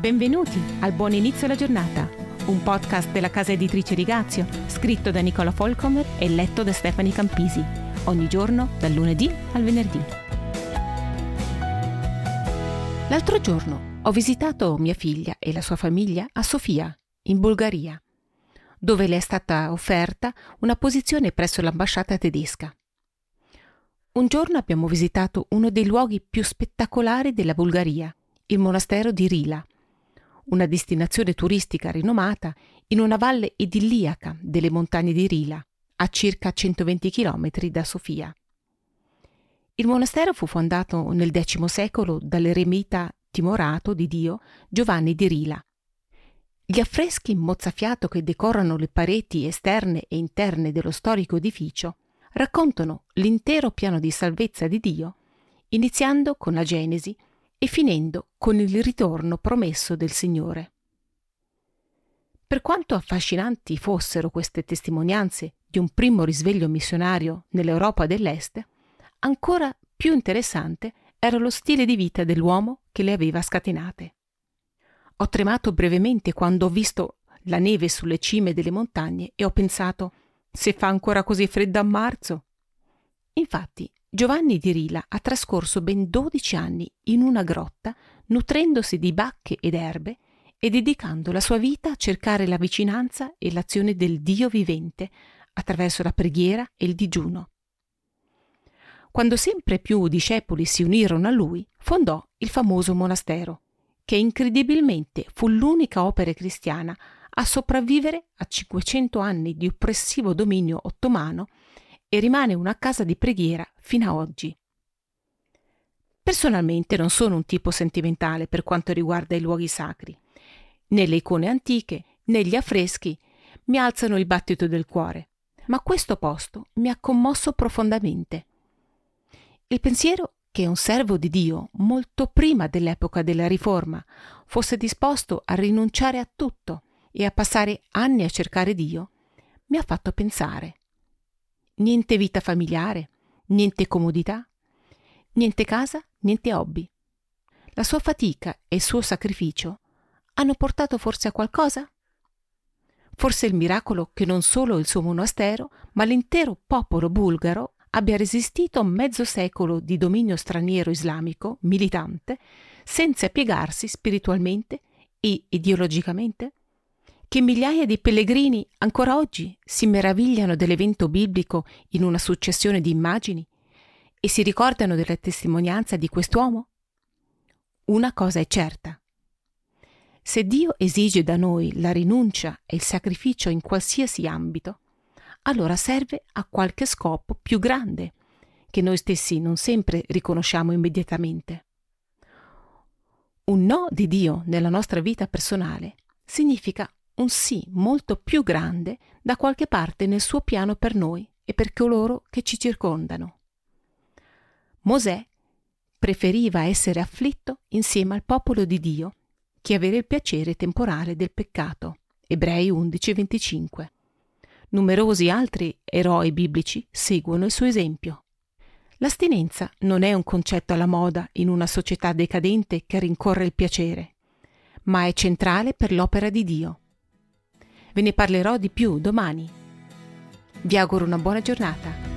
Benvenuti al Buon Inizio alla Giornata, un podcast della casa editrice Rigazio, scritto da Nicola Folcomer e letto da Stefani Campisi, ogni giorno dal lunedì al venerdì. L'altro giorno ho visitato mia figlia e la sua famiglia a Sofia, in Bulgaria, dove le è stata offerta una posizione presso l'ambasciata tedesca. Un giorno abbiamo visitato uno dei luoghi più spettacolari della Bulgaria, il monastero di Rila, una destinazione turistica rinomata in una valle idilliaca delle montagne di Rila, a circa 120 km da Sofia. Il monastero fu fondato nel X secolo dall'eremita timorato di Dio Giovanni di Rila. Gli affreschi in mozzafiato che decorano le pareti esterne e interne dello storico edificio raccontano l'intero piano di salvezza di Dio, iniziando con la Genesi e finendo con il ritorno promesso del Signore. Per quanto affascinanti fossero queste testimonianze di un primo risveglio missionario nell'Europa dell'Est, ancora più interessante era lo stile di vita dell'uomo che le aveva scatenate. Ho tremato brevemente quando ho visto la neve sulle cime delle montagne e ho pensato: se fa ancora così freddo a marzo? Infatti, Giovanni di Rila ha trascorso ben 12 anni in una grotta, nutrendosi di bacche ed erbe e dedicando la sua vita a cercare la vicinanza e l'azione del Dio vivente attraverso la preghiera e il digiuno. Quando sempre più discepoli si unirono a lui, fondò il famoso monastero, che incredibilmente fu l'unica opera cristiana a sopravvivere a 500 anni di oppressivo dominio ottomano e rimane una casa di preghiera fino a oggi. Personalmente non sono un tipo sentimentale per quanto riguarda i luoghi sacri. Né le icone antiche, né gli affreschi mi alzano il battito del cuore, ma questo posto mi ha commosso profondamente. Il pensiero che un servo di Dio, molto prima dell'epoca della Riforma, fosse disposto a rinunciare a tutto e a passare anni a cercare Dio, mi ha fatto pensare. Niente vita familiare, niente comodità, niente casa, niente hobby. La sua fatica e il suo sacrificio hanno portato forse a qualcosa? Forse il miracolo che non solo il suo monastero, ma l'intero popolo bulgaro abbia resistito mezzo secolo di dominio straniero islamico militante senza piegarsi spiritualmente e ideologicamente? Che migliaia di pellegrini ancora oggi si meravigliano dell'evento biblico in una successione di immagini e si ricordano della testimonianza di quest'uomo? Una cosa è certa. Se Dio esige da noi la rinuncia e il sacrificio in qualsiasi ambito, allora serve a qualche scopo più grande, che noi stessi non sempre riconosciamo immediatamente. Un no di Dio nella nostra vita personale significa un sì molto più grande da qualche parte nel suo piano per noi e per coloro che ci circondano. Mosè preferiva essere afflitto insieme al popolo di Dio che avere il piacere temporale del peccato. Ebrei 11:25. Numerosi altri eroi biblici seguono il suo esempio. L'astinenza non è un concetto alla moda in una società decadente che rincorre il piacere, ma è centrale per l'opera di Dio. Ve ne parlerò di più domani. Vi auguro una buona giornata.